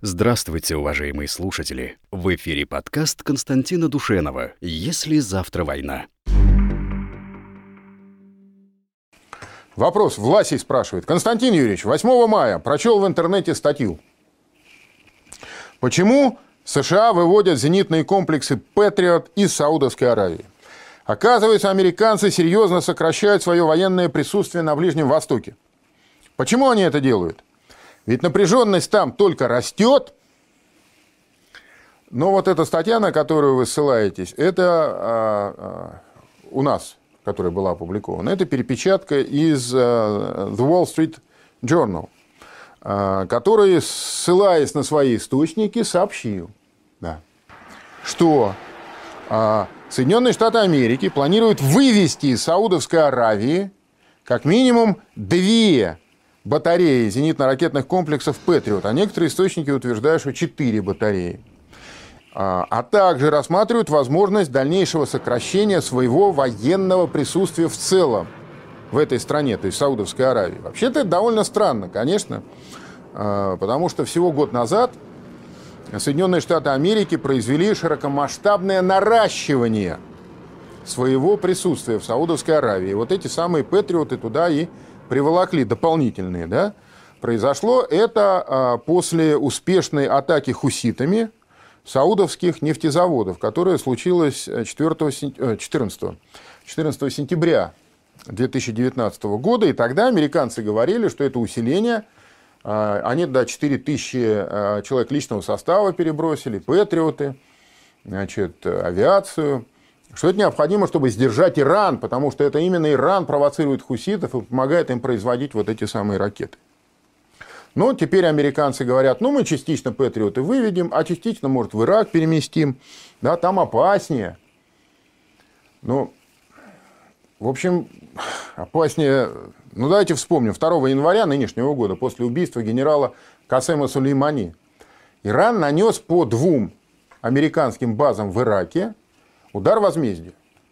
Здравствуйте, уважаемые слушатели! В эфире подкаст Константина Душенова «Если завтра война». Вопрос. Власий спрашивает. Константин Юрьевич, 8 мая прочел в интернете статью. Почему США выводят зенитные комплексы «Патриот» из Саудовской Аравии? Оказывается, американцы серьезно сокращают свое военное присутствие на Ближнем Востоке. Почему они это делают? Ведь напряженность там только растет. Но вот эта статья, на которую вы ссылаетесь, это у нас, которая была опубликована, это перепечатка из The Wall Street Journal, который, ссылаясь на свои источники, сообщил, что Соединенные Штаты Америки планируют вывести из Саудовской Аравии как минимум 2 батареи зенитно-ракетных комплексов «Патриот», а некоторые источники утверждают, что 4 батареи. А также рассматривают возможность дальнейшего сокращения своего военного присутствия в целом в этой стране, то есть Саудовской Аравии. Вообще-то это довольно странно, конечно, потому что всего год назад Соединенные Штаты Америки произвели широкомасштабное наращивание своего присутствия в Саудовской Аравии. Вот эти самые «Патриоты» туда и приволокли дополнительные. Да? Произошло это после успешной атаки хуситами саудовских нефтезаводов, которая случилась 14 сентября 2019 года. И тогда американцы говорили, что это усиление. Они до 4000 человек личного состава перебросили, «Патриоты», авиацию. Что это необходимо, чтобы сдержать Иран, потому что это именно Иран провоцирует хуситов и помогает им производить вот эти самые ракеты. Но теперь американцы говорят, мы частично «Патриоты» выведем, а частично, может, в Ирак переместим. Да, там опаснее. В общем, опаснее. Давайте вспомним. 2 января нынешнего года, после убийства генерала Касема Сулеймани, Иран нанес по 2 американским базам в Ираке удар возмездия.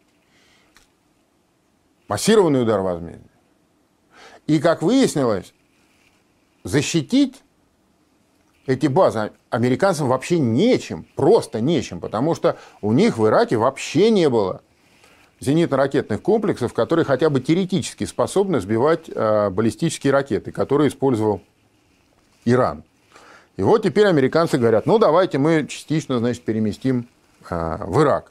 Массированный удар возмездия. И, как выяснилось, защитить эти базы американцам вообще нечем, просто нечем, потому что у них в Ираке вообще не было зенитно-ракетных комплексов, которые хотя бы теоретически способны сбивать баллистические ракеты, которые использовал Иран. И вот теперь американцы говорят, давайте мы частично, переместим в Ирак.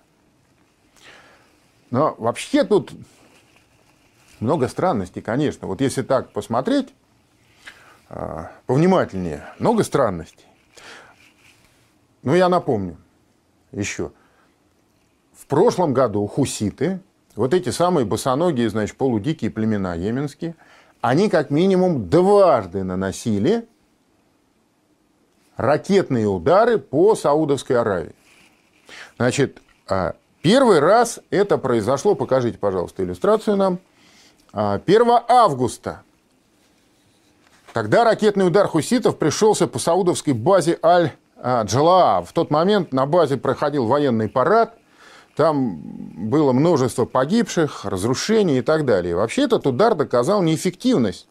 Но вообще тут много странностей, конечно. Вот если так посмотреть повнимательнее, много странностей. Я напомню еще. В прошлом году хуситы, вот эти самые босоногие, полудикие племена йеменские, они как минимум 2 наносили ракетные удары по Саудовской Аравии. Первый раз это произошло, покажите, пожалуйста, иллюстрацию нам, 1 августа. Тогда ракетный удар хуситов пришелся по саудовской базе Аль-Джалаа. В тот момент на базе проходил военный парад, там было множество погибших, разрушений и так далее. Вообще этот удар доказал неэффективность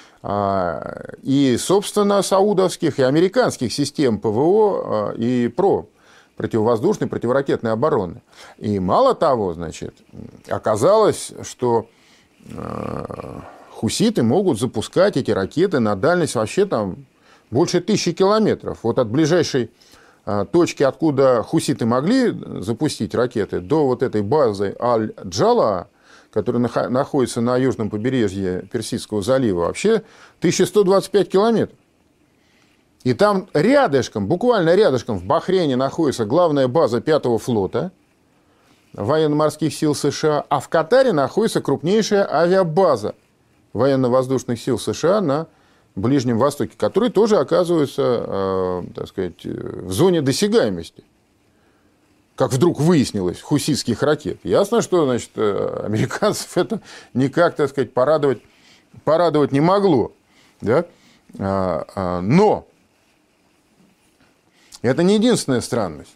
и, собственно, саудовских и американских систем ПВО и противовоздушной, противоракетной обороны. И мало того, оказалось, что хуситы могут запускать эти ракеты на дальность вообще больше 1000 километров. Вот от ближайшей точки, откуда хуситы могли запустить ракеты, до вот этой базы Аль-Джалаа, которая находится на южном побережье Персидского залива, вообще 1125 километров. И там рядышком, буквально рядышком в Бахрейне находится главная база 5-го флота военно-морских сил США, а в Катаре находится крупнейшая авиабаза военно-воздушных сил США на Ближнем Востоке, которые тоже оказываются, в зоне досягаемости. Как вдруг выяснилось, хуситских ракет. Ясно, что, американцев это никак, порадовать не могло. Да? Но это не единственная странность.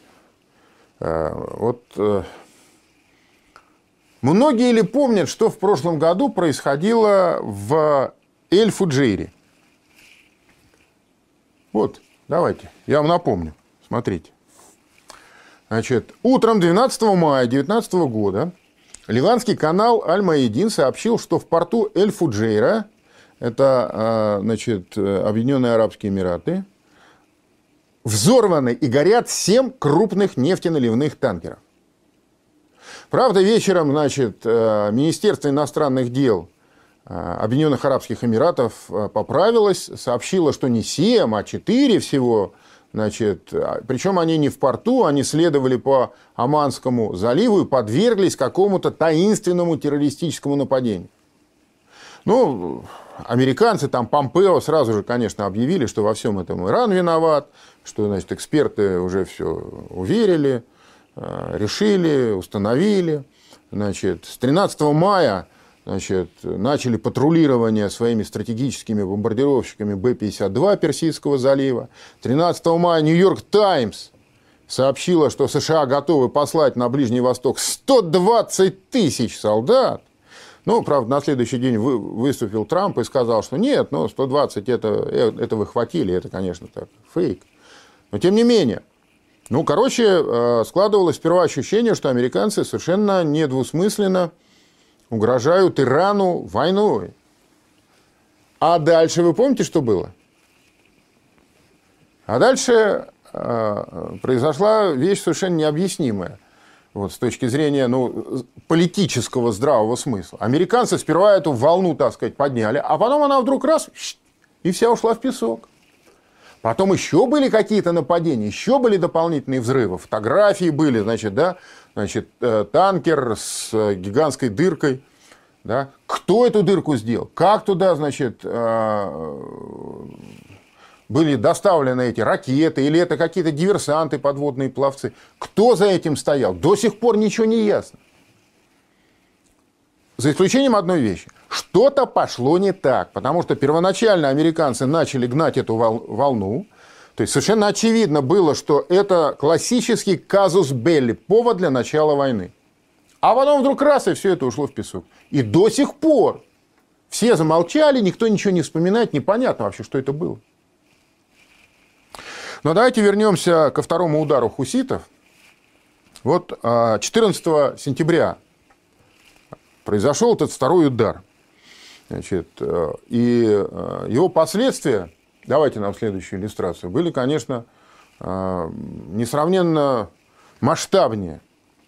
Многие ли помнят, что в прошлом году происходило в Эль-Фуджейре? Вот, Давайте, я вам напомню. Смотрите. Значит, утром 12 мая 2019 года ливанский канал Аль-Маидин сообщил, что в порту Эль-Фуджейра, это, значит, Объединенные Арабские Эмираты, взорваны и горят 7 крупных нефтеналивных танкеров. Правда, вечером, значит, Министерство иностранных дел Объединенных Арабских Эмиратов поправилось, сообщило, что не 7, а 4 всего. Значит, причем они не в порту, они следовали по Оманскому заливу и подверглись какому-то таинственному террористическому нападению. Ну, американцы, там Помпео сразу же, конечно, объявили, что во всем этом Иран виноват, что, значит, эксперты уже все уверили, решили, установили. Значит, с 13 мая, значит, начали патрулирование своими стратегическими бомбардировщиками Б-52 Персидского залива. 13 мая Нью-Йорк Таймс сообщила, что США готовы послать на Ближний Восток 120 тысяч солдат. Ну, правда, на следующий день выступил Трамп и сказал, что нет, ну, 120 это вы хватили, это, конечно, так, фейк. Но тем не менее, ну, короче, складывалось сперва ощущение, что американцы совершенно недвусмысленно угрожают Ирану войной. А дальше вы помните, что было? А дальше произошла вещь совершенно необъяснимая. Вот, с точки зрения, ну, политического здравого смысла. Американцы сперва эту волну, так сказать, подняли, а потом она вдруг раз, и вся ушла в песок. Потом еще были какие-то нападения, еще были дополнительные взрывы. Фотографии были, значит, да, значит, танкер с гигантской дыркой. Да. Кто эту дырку сделал? Как туда, значит, были доставлены эти ракеты, или это какие-то диверсанты, подводные пловцы. Кто за этим стоял? До сих пор ничего не ясно. За исключением одной вещи. Что-то пошло не так, потому что первоначально американцы начали гнать эту волну. То есть совершенно очевидно было, что это классический казус белли, повод для начала войны. А потом вдруг раз, и все это ушло в песок. И до сих пор все замолчали, никто ничего не вспоминает, непонятно вообще, что это было. Но давайте вернемся ко второму удару хуситов. Вот 14 сентября произошел этот второй удар. Значит, и его последствия, давайте нам следующую иллюстрацию, были, конечно, несравненно масштабнее.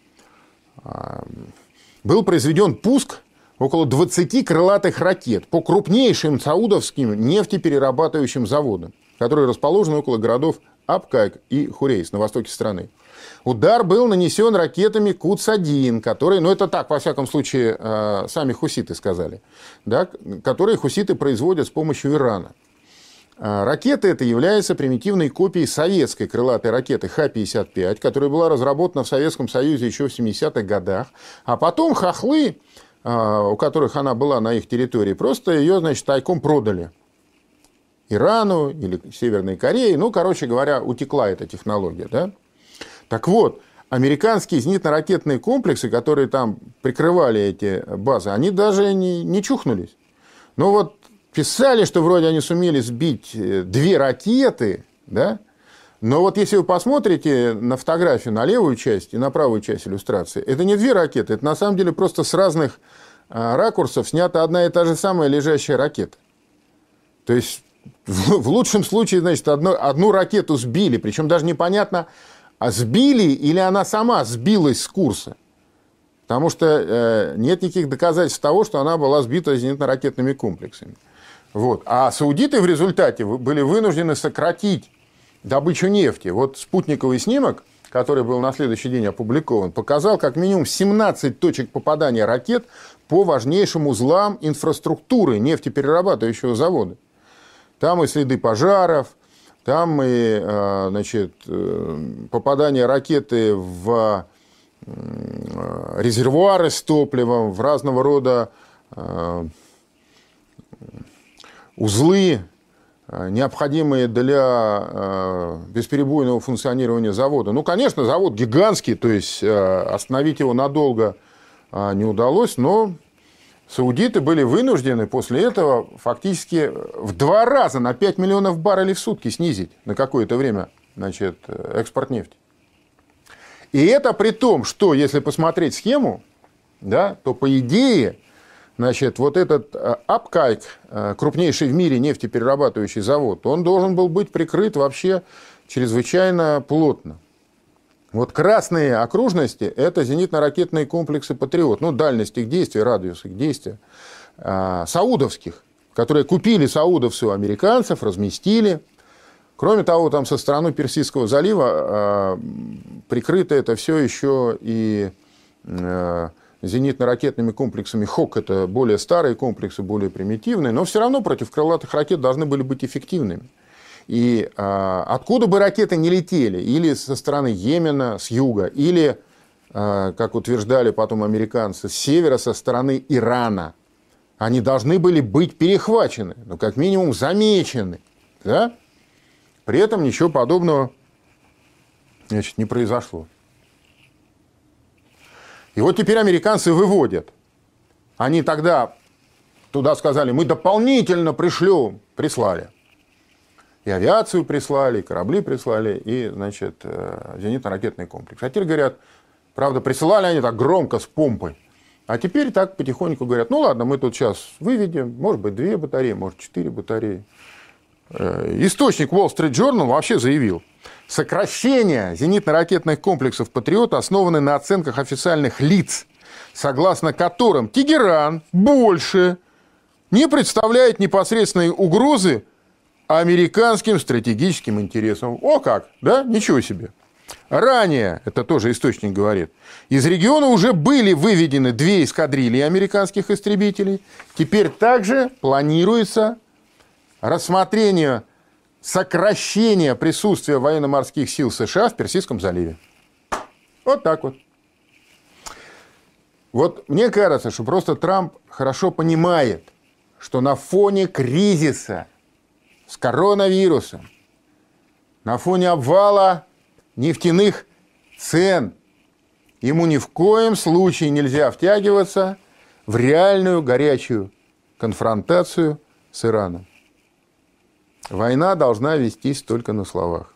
Был произведен пуск около 20 крылатых ракет по крупнейшим саудовским нефтеперерабатывающим заводам, которые расположены около городов Абкайк и Хурейс на востоке страны. Удар был нанесен ракетами Кудс-1, которые, ну это так, во всяком случае, сами хуситы сказали, да, которые хуситы производят с помощью Ирана. Ракета эта является примитивной копией советской крылатой ракеты Х-55, которая была разработана в Советском Союзе еще в 70-х годах, а потом хохлы, у которых она была на их территории, просто ее, значит, тайком продали Ирану или Северной Корее. Ну, короче говоря, утекла эта технология. Да? Так вот, американские зенитно-ракетные комплексы, которые там прикрывали эти базы, они даже не чухнулись. Но вот писали, что вроде они сумели сбить 2 ракеты, да? Но вот если вы посмотрите на фотографию на левую часть и на правую часть иллюстрации, это не 2 ракеты, это на самом деле просто с разных ракурсов снята одна и та же самая лежащая ракета. То есть в лучшем случае, значит, одну ракету сбили, причем даже непонятно, а сбили или она сама сбилась с курса. Потому что нет никаких доказательств того, что она была сбита зенитно-ракетными комплексами. Вот. А саудиты в результате были вынуждены сократить добычу нефти. Вот спутниковый снимок, который был на следующий день опубликован, показал как минимум 17 точек попадания ракет по важнейшим узлам инфраструктуры нефтеперерабатывающего завода. Там и следы пожаров, там и, значит, попадание ракеты в резервуары с топливом, в разного рода узлы, необходимые для бесперебойного функционирования завода. Ну, конечно, завод гигантский, то есть остановить его надолго не удалось, но саудиты были вынуждены после этого фактически в 2 раза на 5 миллионов баррелей в сутки снизить на какое-то время, значит, экспорт нефти. И это при том, что, если посмотреть схему, да, то по идее, значит, вот этот Апкайк, крупнейший в мире нефтеперерабатывающий завод, он должен был быть прикрыт вообще чрезвычайно плотно. Вот красные окружности – это зенитно-ракетные комплексы «Патриот», ну, дальность их действия, радиус их действия, саудовских, которые купили саудовцы у американцев, разместили. Кроме того, там со стороны Персидского залива прикрыто это все еще и зенитно-ракетными комплексами «Хок». Это более старые комплексы, более примитивные, но все равно против крылатых ракет должны были быть эффективными. И откуда бы ракеты не летели, или со стороны Йемена, с юга, или, как утверждали потом американцы, с севера, со стороны Ирана, они должны были быть перехвачены, ну, как минимум замечены. Да? При этом ничего подобного, значит, не произошло. И вот теперь американцы выводят. Они тогда туда сказали, мы дополнительно пришлем, прислали. И авиацию прислали, и корабли прислали, и, значит, зенитно-ракетный комплекс. А теперь говорят, правда, присылали они так громко, с помпой. А теперь так потихоньку говорят, ну ладно, мы тут сейчас выведем, может быть, 2 батареи, может, 4 батареи. Источник Wall Street Journal вообще заявил, сокращения зенитно-ракетных комплексов «Патриот» основаны на оценках официальных лиц, согласно которым Тегеран больше не представляет непосредственной угрозы американским стратегическим интересам. О как, да? Ничего себе. Ранее, это тоже источник говорит, из региона уже были выведены 2 эскадрильи американских истребителей. Теперь также планируется рассмотрение сокращения присутствия военно-морских сил США в Персидском заливе. Вот так вот. Вот мне кажется, что просто Трамп хорошо понимает, что на фоне кризиса с коронавирусом, на фоне обвала нефтяных цен, ему ни в коем случае нельзя втягиваться в реальную горячую конфронтацию с Ираном. Война должна вестись только на словах.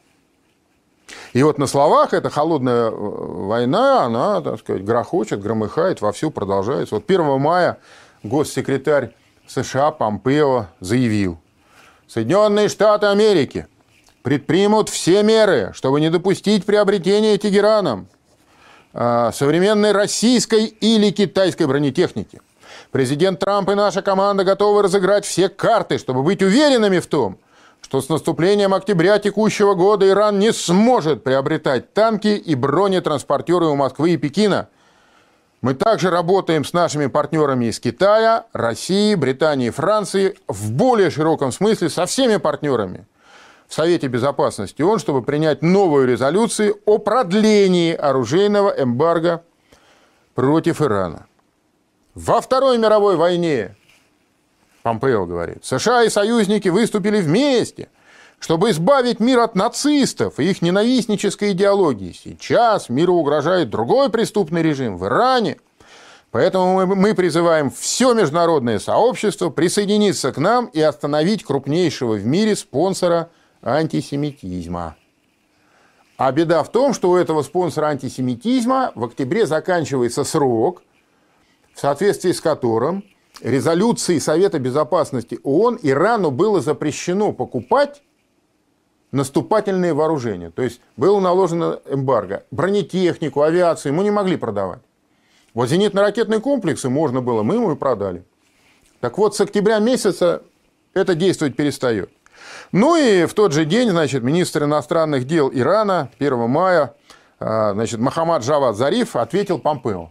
И вот на словах эта холодная война, она, так сказать, грохочет, громыхает, вовсю продолжается. Вот 1 мая госсекретарь США Помпео заявил, Соединенные Штаты Америки предпримут все меры, чтобы не допустить приобретения Тегераном современной российской или китайской бронетехники. Президент Трамп и наша команда готовы разыграть все карты, чтобы быть уверенными в том, что с наступлением октября текущего года Иран не сможет приобретать танки и бронетранспортеры у Москвы и Пекина. Мы также работаем с нашими партнерами из Китая, России, Британии, Франции, в более широком смысле со всеми партнерами в Совете Безопасности ООН, чтобы принять новую резолюцию о продлении оружейного эмбарго против Ирана. Во Второй мировой войне, Помпео говорит, США и союзники выступили вместе, чтобы избавить мир от нацистов и их ненавистнической идеологии. Сейчас миру угрожает другой преступный режим в Иране. Поэтому мы призываем все международное сообщество присоединиться к нам и остановить крупнейшего в мире спонсора антисемитизма. А беда в том, что у этого спонсора антисемитизма в октябре заканчивается срок, в соответствии с которым резолюцией Совета Безопасности ООН Ирану было запрещено покупать наступательные вооружения. То есть было наложено эмбарго. Бронетехнику, авиацию ему не могли продавать. Вот зенитно-ракетные комплексы можно было, мы ему и продали. Так вот, с октября месяца это действовать перестает. Ну и в тот же день, значит, министр иностранных дел Ирана 1 мая, значит, Мохаммад Джавад Зариф ответил Помпео.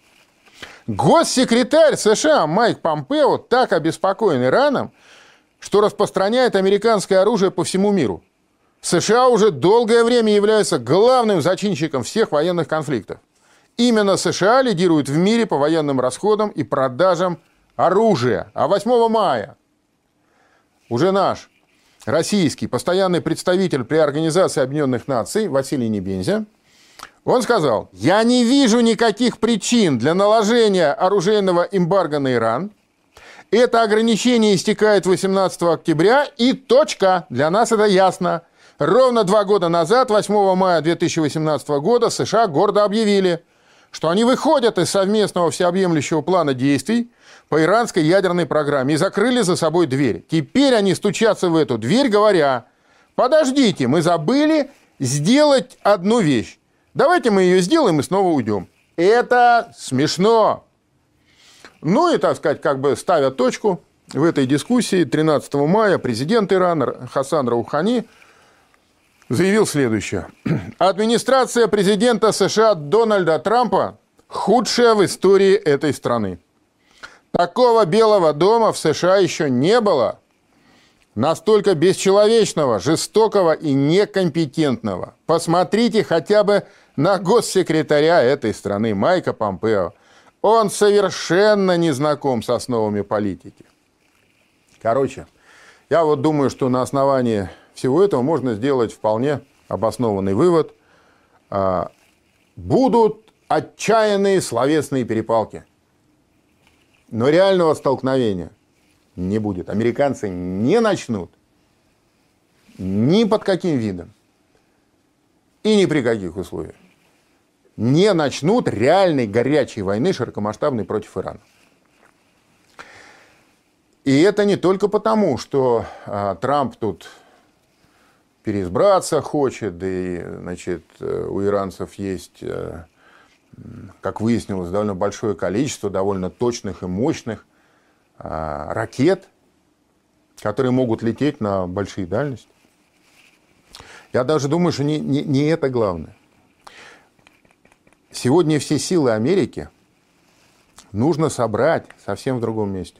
Госсекретарь США Майк Помпео так обеспокоен Ираном, что распространяет американское оружие по всему миру. США уже долгое время являются главным зачинщиком всех военных конфликтов. Именно США лидируют в мире по военным расходам и продажам оружия. А 8 мая уже наш российский постоянный представитель при Организации Объединенных Наций Василий Небензя Он сказал: «Я не вижу никаких причин для наложения оружейного эмбарго на Иран. Это ограничение истекает 18 октября и точка. Для нас это ясно. Ровно 2 года назад, 8 мая 2018 года, США гордо объявили, что они выходят из совместного всеобъемлющего плана действий по иранской ядерной программе и закрыли за собой дверь. Теперь они стучатся в эту дверь, говоря: подождите, мы забыли сделать одну вещь. Давайте мы ее сделаем и снова уйдем». Это смешно. Ну и, так сказать, как бы ставя точку в этой дискуссии, 13 мая президент Ирана Хасан Роухани заявил следующее. Администрация президента США Дональда Трампа худшая в истории этой страны. Такого Белого дома в США еще не было. Настолько бесчеловечного, жестокого и некомпетентного. Посмотрите хотя бы на госсекретаря этой страны Майка Помпео. Он совершенно не знаком с основами политики. Короче, я вот думаю, что на основании всего этого можно сделать вполне обоснованный вывод. Будут отчаянные словесные перепалки. Но реального столкновения не будет. Американцы не начнут ни под каким видом и ни при каких условиях. Не начнут реальной горячей войны широкомасштабной против Ирана. И это не только потому, что Трамп тут переизбраться хочет, и, значит, у иранцев есть, как выяснилось, довольно большое количество довольно точных и мощных ракет, которые могут лететь на большие дальности. Я даже думаю, что не это главное. Сегодня все силы Америки нужно собрать совсем в другом месте.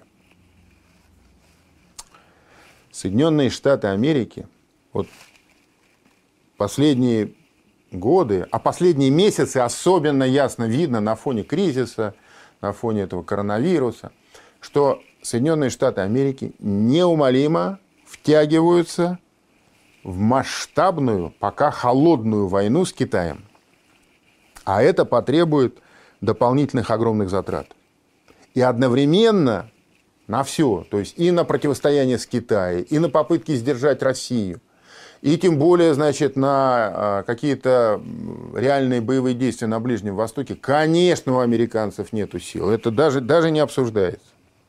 Соединенные Штаты Америки вот последние годы, а последние месяцы особенно ясно видно на фоне кризиса, на фоне этого коронавируса, что Соединенные Штаты Америки неумолимо втягиваются в масштабную, пока холодную войну с Китаем. А это потребует дополнительных огромных затрат. И одновременно на все, то есть и на противостояние с Китаем, и на попытки сдержать Россию, и тем более, значит, на какие-то реальные боевые действия на Ближнем Востоке, конечно, у американцев нет сил. Это даже не обсуждается.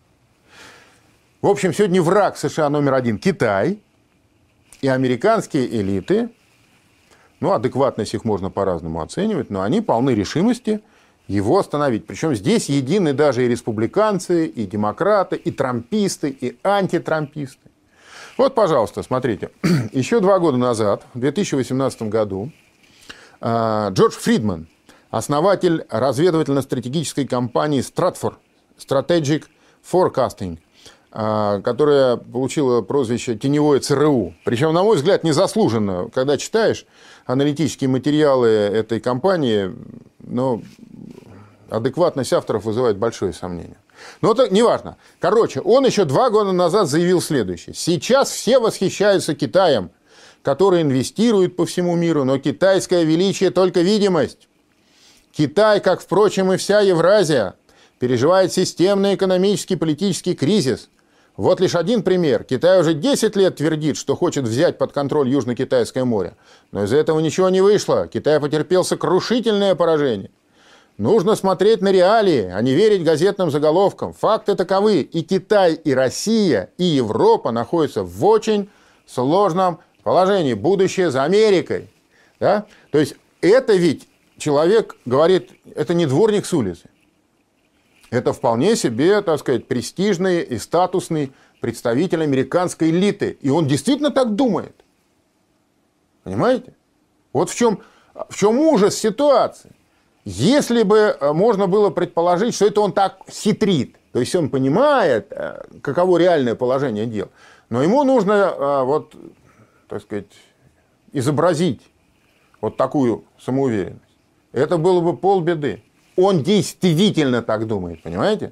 В общем, сегодня враг США номер 1 – Китай, и американские элиты, ну, адекватность их можно по-разному оценивать, но они полны решимости его остановить. Причем здесь едины даже и республиканцы, и демократы, и трамписты, и антитрамписты. Вот, пожалуйста, смотрите. Еще 2 года назад, в 2018 году, Джордж Фридман, основатель разведывательно-стратегической компании Stratfor, Strategic Forecasting, которая получила прозвище «Теневое ЦРУ». Причем, на мой взгляд, незаслуженно. Когда читаешь аналитические материалы этой компании, но адекватность авторов вызывает большое сомнение. Но это не важно. Короче, он еще 2 года назад заявил следующее. Сейчас все восхищаются Китаем, который инвестирует по всему миру, но китайское величие только видимость. Китай, как, впрочем, и вся Евразия, переживает системный экономический и политический кризис. Вот лишь один пример. Китай уже 10 лет твердит, что хочет взять под контроль Южно-Китайское море. Но из этого ничего не вышло. Китай потерпел сокрушительное поражение. Нужно смотреть на реалии, а не верить газетным заголовкам. Факты таковы. И Китай, и Россия, и Европа находятся в очень сложном положении. Будущее за Америкой. Да? То есть это ведь человек говорит, это не дворник с улицы. Это вполне себе, так сказать, престижный и статусный представитель американской элиты. И он действительно так думает. Понимаете? Вот в чем ужас ситуации. Если бы можно было предположить, что это он так хитрит, то есть он понимает, каково реальное положение дел, но ему нужно, вот, так сказать, изобразить вот такую самоуверенность. Это было бы полбеды. Он действительно так думает, понимаете?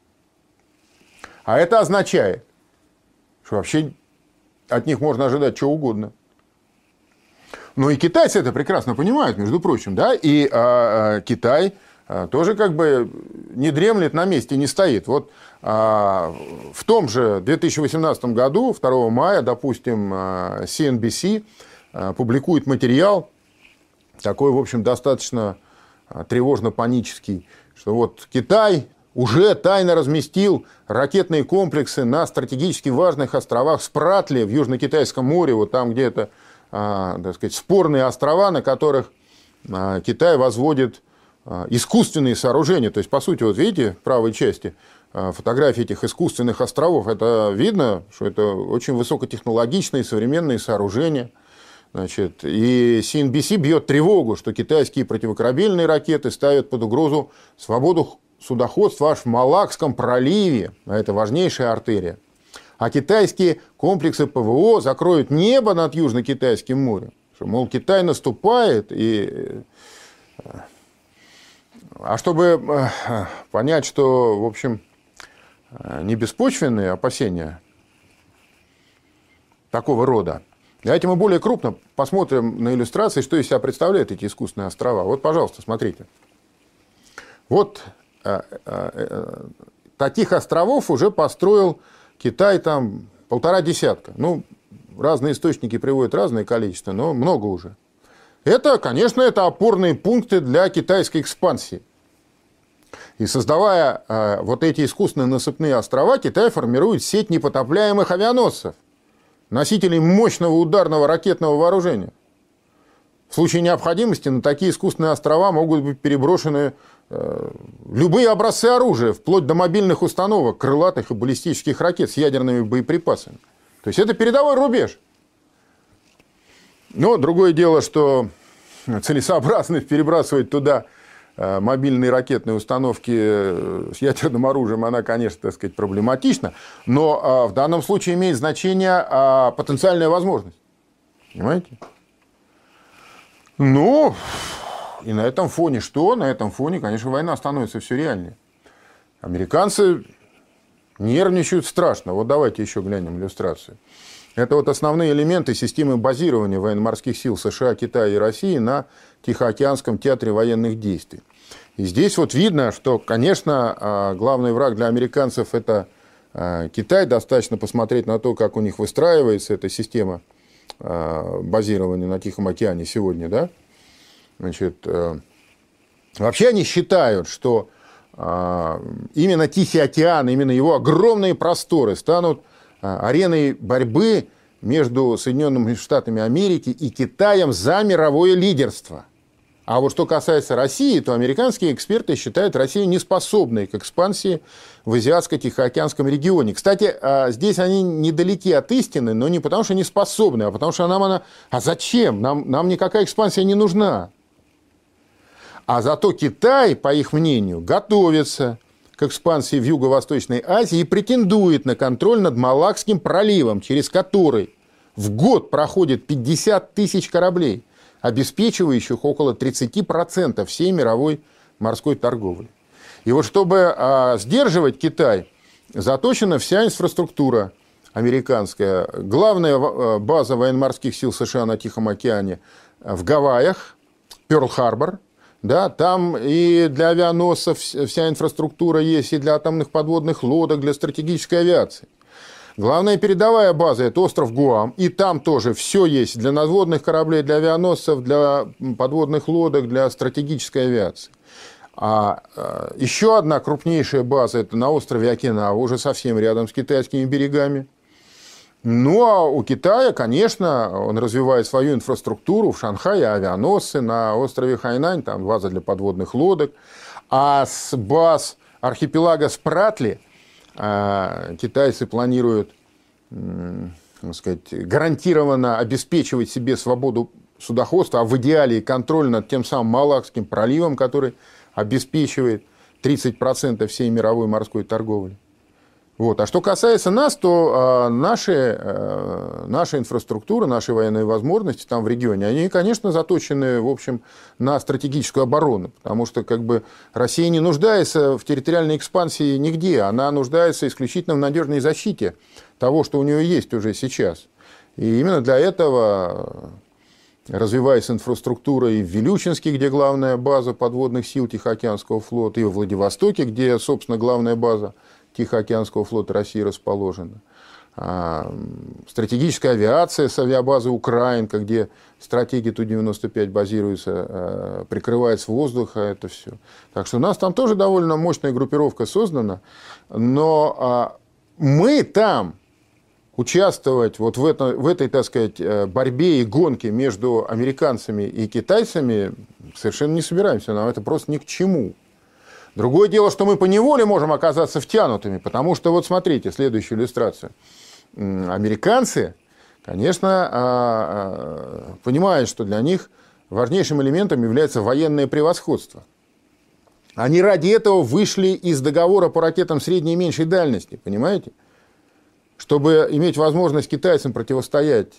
А это означает, что вообще от них можно ожидать чего угодно. Ну и китайцы это прекрасно понимают, между прочим, да, и Китай тоже как бы не дремлет на месте, не стоит. Вот в том же 2018 году, 2 мая, допустим, CNBC публикует материал, такой, в общем, достаточно тревожно-панический, что вот Китай уже тайно разместил ракетные комплексы на стратегически важных островах Спратли в Южно-Китайском море, вот там, где это, так сказать, спорные острова, на которых Китай возводит искусственные сооружения. То есть, по сути, вот видите, в правой части фотографии этих искусственных островов, это видно, что это очень высокотехнологичные современные сооружения. Значит, и CNBC бьет тревогу, что китайские противокорабельные ракеты ставят под угрозу свободу судоходства аж в Малакском проливе, а это важнейшая артерия. А китайские комплексы ПВО закроют небо над Южно-Китайским морем. Что, мол, Китай наступает. А чтобы понять, что, в общем, не беспочвенные опасения такого рода, давайте мы более крупно посмотрим на иллюстрации, что из себя представляют эти искусственные острова. Вот, пожалуйста, смотрите. Вот таких островов уже построил Китай там 1,5 десятка. Ну, разные источники приводят разное количество, но много уже. Это, конечно, это опорные пункты для китайской экспансии. И создавая вот эти искусственные насыпные острова, Китай формирует сеть непотопляемых авианосцев, носителей мощного ударного ракетного вооружения. В случае необходимости на такие искусственные острова могут быть переброшены любые образцы оружия, вплоть до мобильных установок, крылатых и баллистических ракет с ядерными боеприпасами. То есть это передовой рубеж. Но другое дело, что целесообразность перебрасывать туда мобильные ракетные установки с ядерным оружием, она, конечно, так сказать, проблематична, но в данном случае имеет значение потенциальная возможность. Понимаете? Ну, и на этом фоне что? На этом фоне, конечно, война становится все реальнее. Американцы нервничают страшно. Вот давайте еще глянем иллюстрацию. Это вот основные элементы системы базирования военно-морских сил США, Китая и России на Тихоокеанском театре военных действий. И здесь вот видно, что, конечно, главный враг для американцев – это Китай. Достаточно посмотреть на то, как у них выстраивается эта система базирования на Тихом океане сегодня. Да? Значит, вообще они считают, что именно Тихий океан, именно его огромные просторы станут ареной борьбы между Соединенными Штатами Америки и Китаем за мировое лидерство. А вот что касается России, то американские эксперты считают Россию неспособной к экспансии в Азиатско-Тихоокеанском регионе. Кстати, здесь они недалеки от истины, но не потому, что не способны, а потому, что нам она... А зачем? Нам никакая экспансия не нужна. А зато Китай, по их мнению, готовится к экспансии в Юго-Восточной Азии и претендует на контроль над Малакским проливом, через который в год проходит 50 тысяч кораблей, обеспечивающих около 30% всей мировой морской торговли. И вот чтобы сдерживать Китай, заточена вся инфраструктура американская. Главная база военно-морских сил США на Тихом океане в Гавайях, Пёрл-Харбор. Да, там и для авианосцев вся инфраструктура есть, и для атомных подводных лодок, для стратегической авиации. Главная передовая база – это остров Гуам, и там тоже все есть для надводных кораблей, для авианосцев, для подводных лодок, для стратегической авиации. А еще одна крупнейшая база – это на острове Окинава, уже совсем рядом с китайскими берегами. Ну, а у Китая, конечно, он развивает свою инфраструктуру. В Шанхае авианосцы, на острове Хайнань там база для подводных лодок. А с баз архипелага Спратли китайцы планируют, так сказать, гарантированно обеспечивать себе свободу судоходства, а в идеале и контроль над тем самым Малакским проливом, который обеспечивает 30% всей мировой морской торговли. Вот. А что касается нас, то наша инфраструктура, наши военные возможности там в регионе, они, конечно, заточены, в общем, на стратегическую оборону, потому что как бы Россия не нуждается в территориальной экспансии нигде, она нуждается исключительно в надежной защите того, что у нее есть уже сейчас. И именно для этого развиваясь инфраструктура и в Вилючинске, где главная база подводных сил Тихоокеанского флота, и в Владивостоке, где, собственно, главная база Тихоокеанского флота России расположена. Стратегическая авиация с авиабазы Украинка, где стратегии Ту-95 базируются, прикрывает с воздуха это все. Так что у нас там тоже довольно мощная группировка создана, но мы там участвовать вот в этой, так сказать, борьбе и гонке между американцами и китайцами совершенно не собираемся. Нам это просто ни к чему. Другое дело, что мы поневоле можем оказаться втянутыми, потому что, вот смотрите, следующую иллюстрацию. Американцы, конечно, понимают, что для них важнейшим элементом является военное превосходство. Они ради этого вышли из договора по ракетам средней и меньшей дальности, понимаете? Чтобы иметь возможность китайцам противостоять.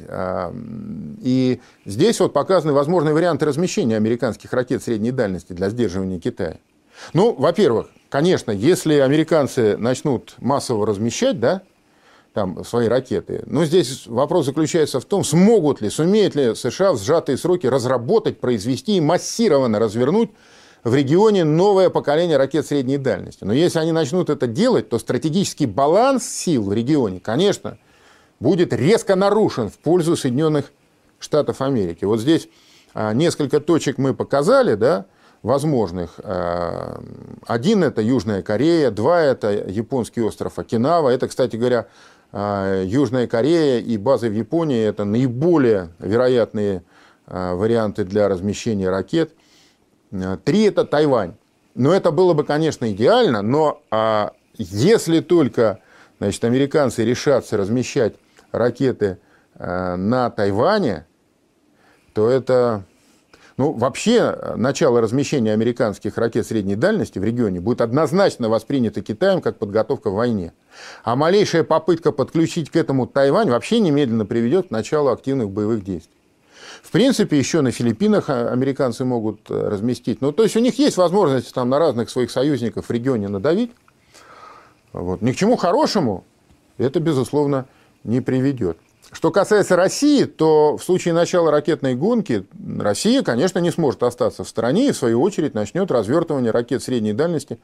И здесь вот показаны возможные варианты размещения американских ракет средней дальности для сдерживания Китая. Ну, во-первых, конечно, если американцы начнут массово размещать, да, там, свои ракеты, но здесь вопрос заключается в том, смогут ли, сумеет ли США в сжатые сроки разработать, произвести и массированно развернуть в регионе новое поколение ракет средней дальности. Но если они начнут это делать, то стратегический баланс сил в регионе, конечно, будет резко нарушен в пользу Соединенных Штатов Америки. Вот здесь несколько точек мы показали, да, возможных. Один – это Южная Корея, два – это японский остров Окинава. Это, кстати говоря, Южная Корея и базы в Японии – это наиболее вероятные варианты для размещения ракет. Три – это Тайвань. Но это было бы, конечно, идеально, но если только, значит, американцы решатся размещать ракеты на Тайване, то это... Ну, вообще, начало размещения американских ракет средней дальности в регионе будет однозначно воспринято Китаем как подготовка к войне. А малейшая попытка подключить к этому Тайвань вообще немедленно приведет к началу активных боевых действий. В принципе, еще на Филиппинах американцы могут разместить. Ну, то есть, у них есть возможность там на разных своих союзников в регионе надавить. Вот. Ни к чему хорошему это, безусловно, не приведет. Что касается России, то в случае начала ракетной гонки Россия, конечно, не сможет остаться в стороне и, в свою очередь, начнет развертывание ракет средней дальности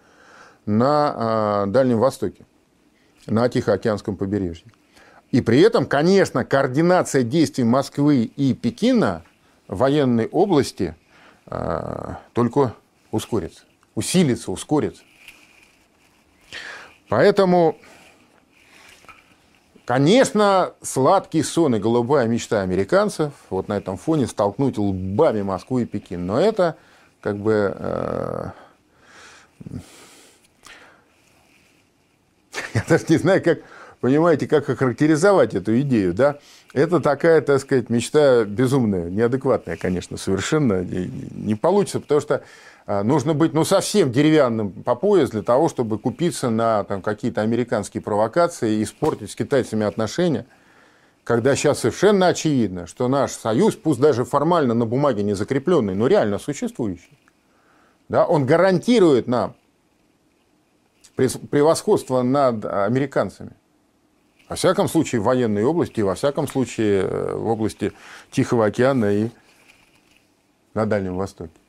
на Дальнем Востоке, на Тихоокеанском побережье. И при этом, конечно, координация действий Москвы и Пекина в военной области только ускорится, усилится, ускорится. Поэтому... Конечно, сладкий сон и голубая мечта американцев вот на этом фоне столкнуть лбами Москву и Пекин. Но это как бы... Я даже не знаю, как, понимаете, как охарактеризовать эту идею. Да? Это такая, так сказать, мечта безумная, неадекватная, конечно, совершенно не получится, потому что нужно быть совсем деревянным по пояс для того, чтобы купиться на там, какие-то американские провокации и испортить с китайцами отношения, когда сейчас совершенно очевидно, что наш союз, пусть даже формально на бумаге не закрепленный, но реально существующий, да, он гарантирует нам превосходство над американцами. Во всяком случае, в военной области, во всяком случае, в области Тихого океана и на Дальнем Востоке.